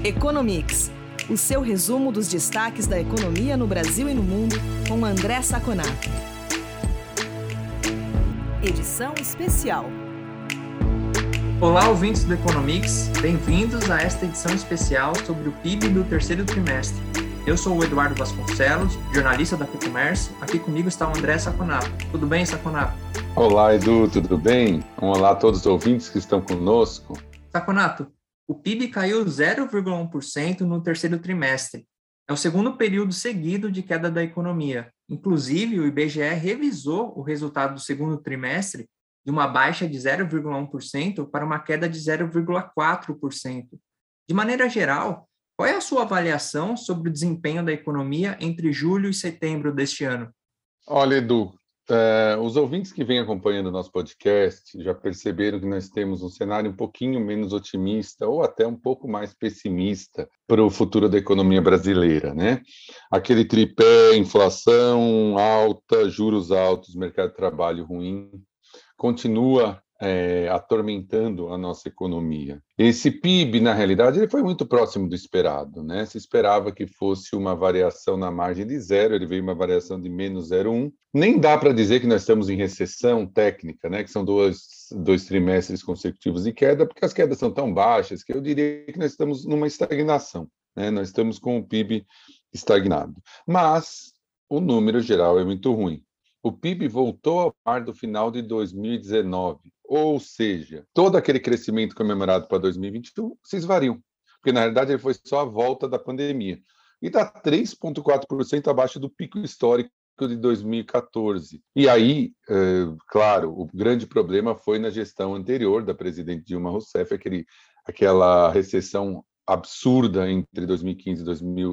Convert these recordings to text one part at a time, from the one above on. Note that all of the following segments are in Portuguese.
Economics, o seu resumo dos destaques da economia no Brasil e no mundo, com André Saconato. Edição especial. Olá, ouvintes do Economics, bem-vindos a esta edição especial sobre o PIB do terceiro trimestre. Eu sou o Eduardo Vasconcelos, jornalista da FEComércio. Aqui comigo está o André Saconato. Tudo bem, Saconato? Olá, Edu, tudo bem? Olá a todos os ouvintes que estão conosco. Saconato, o PIB caiu 0,1% no terceiro trimestre. É o segundo período seguido de queda da economia. Inclusive, o IBGE revisou o resultado do segundo trimestre de uma baixa de 0,1% para uma queda de 0,4%. De maneira geral, qual é a sua avaliação sobre o desempenho da economia entre julho e setembro deste ano? Olha, Edu, os ouvintes que vêm acompanhando o nosso podcast já perceberam que nós temos um cenário um pouquinho menos otimista ou até um pouco mais pessimista para o futuro da economia brasileira, né? Aquele tripé, inflação alta, juros altos, mercado de trabalho ruim, continua atormentando a nossa economia. Esse PIB, na realidade, ele foi muito próximo do esperado, né? Se esperava que fosse uma variação na margem de zero, ele veio uma variação de menos 0,1. Nem dá para dizer que nós estamos em recessão técnica, né? Que são dois trimestres consecutivos de queda, porque as quedas são tão baixas que eu diria que nós estamos numa estagnação, né? Nós estamos com o PIB estagnado. Mas o número geral é muito ruim. O PIB voltou ao par do final de 2019, ou seja, todo aquele crescimento comemorado para 2021 se esvariu, porque na realidade ele foi só a volta da pandemia. E está 3,4% abaixo do pico histórico de 2014. E aí, claro, o grande problema foi na gestão anterior da presidente Dilma Rousseff, aquela recessão absurda entre 2014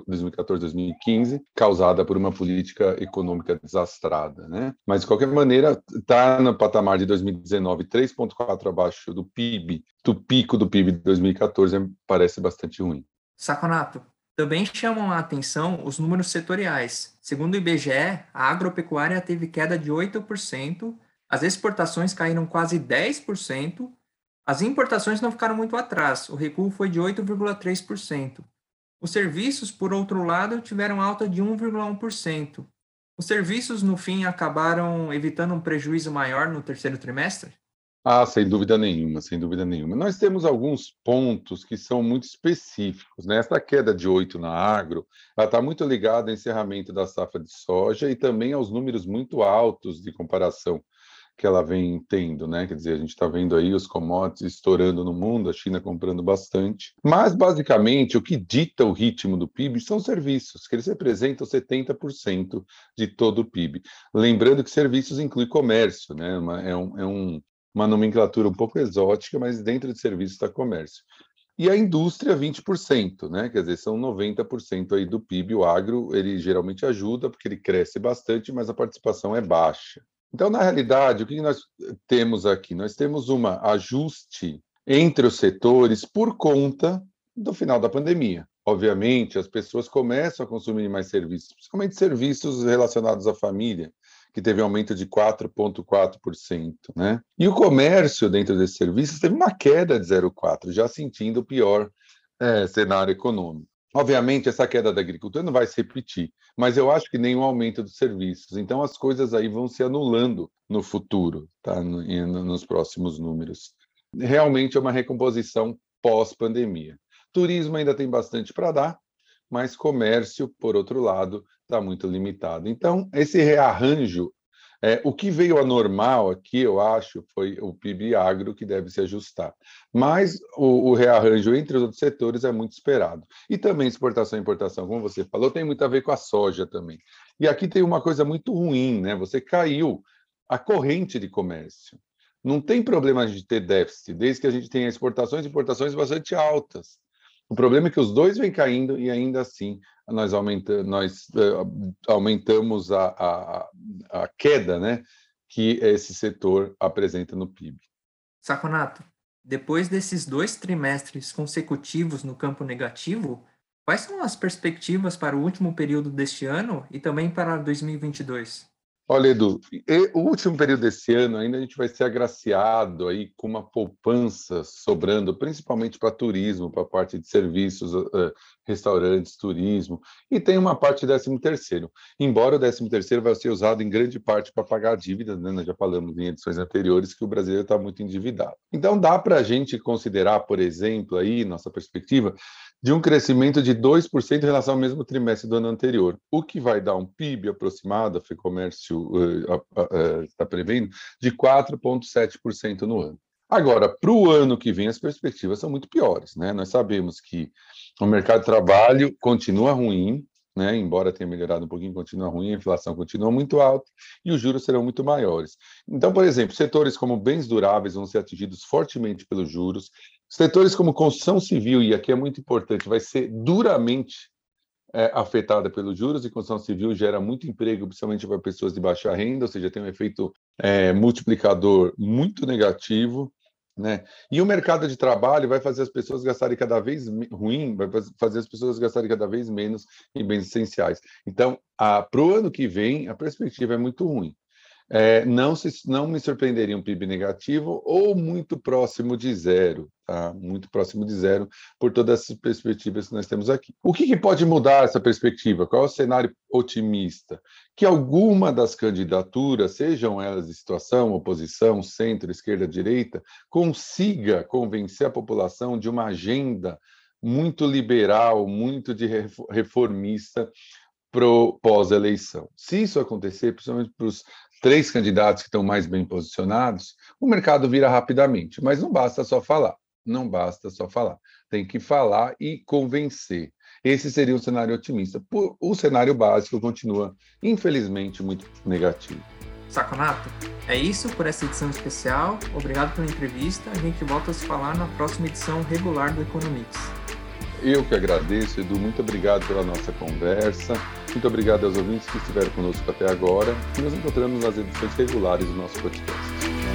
e 2015, causada por uma política econômica desastrada, né? Mas, de qualquer maneira, está no patamar de 2019, 3,4% abaixo do PIB, do pico do PIB de 2014, parece bastante ruim. Saconato, também chamam a atenção os números setoriais. Segundo o IBGE, a agropecuária teve queda de 8%, as exportações caíram quase 10%, as importações não ficaram muito atrás, o recuo foi de 8,3%. Os serviços, por outro lado, tiveram alta de 1,1%. Os serviços, no fim, acabaram evitando um prejuízo maior no terceiro trimestre? Sem dúvida nenhuma, sem dúvida nenhuma. Nós temos alguns pontos que são muito específicos, né? Essa queda de 8 na agro, ela está muito ligada ao encerramento da safra de soja e também aos números muito altos de comparação que ela vem tendo, né? Quer dizer, a gente está vendo aí os commodities estourando no mundo, a China comprando bastante. Mas, basicamente, o que dita o ritmo do PIB são serviços, que eles representam 70% de todo o PIB. Lembrando que serviços inclui comércio, né? Uma nomenclatura um pouco exótica, mas dentro de serviços está comércio. E a indústria, 20%, né? Quer dizer, são 90% aí do PIB. O agro, ele geralmente ajuda, porque ele cresce bastante, mas a participação é baixa. Então, na realidade, o que nós temos aqui? Nós temos um ajuste entre os setores por conta do final da pandemia. Obviamente, as pessoas começam a consumir mais serviços, principalmente serviços relacionados à família, que teve um aumento de 4,4%, né? E o comércio, dentro desses serviços, teve uma queda de 0,4%, já sentindo o pior cenário econômico. Obviamente, essa queda da agricultura não vai se repetir, mas eu acho que nem o aumento dos serviços. Então, as coisas aí vão se anulando no futuro, tá? Nos próximos números. Realmente é uma recomposição pós-pandemia. Turismo ainda tem bastante para dar, mas comércio, por outro lado, está muito limitado. Então, esse rearranjo, o que veio anormal aqui, eu acho, foi o PIB agro que deve se ajustar. Mas o rearranjo entre os outros setores é muito esperado. E também exportação e importação, como você falou, tem muito a ver com a soja também. E aqui tem uma coisa muito ruim, né? Você caiu a corrente de comércio. Não tem problema de ter déficit, desde que a gente tenha exportações e importações bastante altas. O problema é que os dois vêm caindo e ainda assim nós aumentamos a queda, né, que esse setor apresenta no PIB. Saconato, depois desses 2 trimestres consecutivos no campo negativo, quais são as perspectivas para o último período deste ano e também para 2022? Olha, Edu, o último período desse ano ainda a gente vai ser agraciado aí com uma poupança sobrando, principalmente para turismo, para a parte de serviços, restaurantes, turismo, e tem uma parte de 13º. Embora o 13º vai ser usado em grande parte para pagar dívidas, né? Nós já falamos em edições anteriores que o brasileiro está muito endividado. Então dá para a gente considerar, por exemplo, aí nossa perspectiva de um crescimento de 2% em relação ao mesmo trimestre do ano anterior, o que vai dar um PIB aproximado, a FEComércio está prevendo, de 4,7% no ano. Agora, para o ano que vem, as perspectivas são muito piores, né? Nós sabemos que o mercado de trabalho continua ruim, né? Embora tenha melhorado um pouquinho, continua ruim, a inflação continua muito alta e os juros serão muito maiores. Então, por exemplo, setores como bens duráveis vão ser atingidos fortemente pelos juros, setores como construção civil, e aqui é muito importante, vai ser duramente afetada pelos juros, e construção civil gera muito emprego, principalmente para pessoas de baixa renda, ou seja, tem um efeito multiplicador muito negativo, né? E o mercado de trabalho vai fazer as pessoas gastarem cada vez vai fazer as pessoas gastarem cada vez menos em bens essenciais. Então, para o ano que vem, a perspectiva é muito ruim. Não me surpreenderia um PIB negativo ou muito próximo de zero, tá? Muito próximo de zero, por todas essas perspectivas que nós temos aqui. O que pode mudar essa perspectiva? Qual é o cenário otimista? Que alguma das candidaturas, sejam elas de situação, oposição, centro, esquerda, direita, consiga convencer a população de uma agenda muito liberal, muito de reformista pro pós-eleição. Se isso acontecer, principalmente para os 3 candidatos que estão mais bem posicionados, o mercado vira rapidamente. Mas não basta só falar. Não basta só falar. Tem que falar e convencer. Esse seria um cenário otimista. O cenário básico continua, infelizmente, muito negativo. Saconato, é isso por essa edição especial. Obrigado pela entrevista. A gente volta a se falar na próxima edição regular do Economics. Eu que agradeço, Edu. Muito obrigado pela nossa conversa. Muito obrigado aos ouvintes que estiveram conosco até agora. E nos encontramos nas edições regulares do nosso podcast.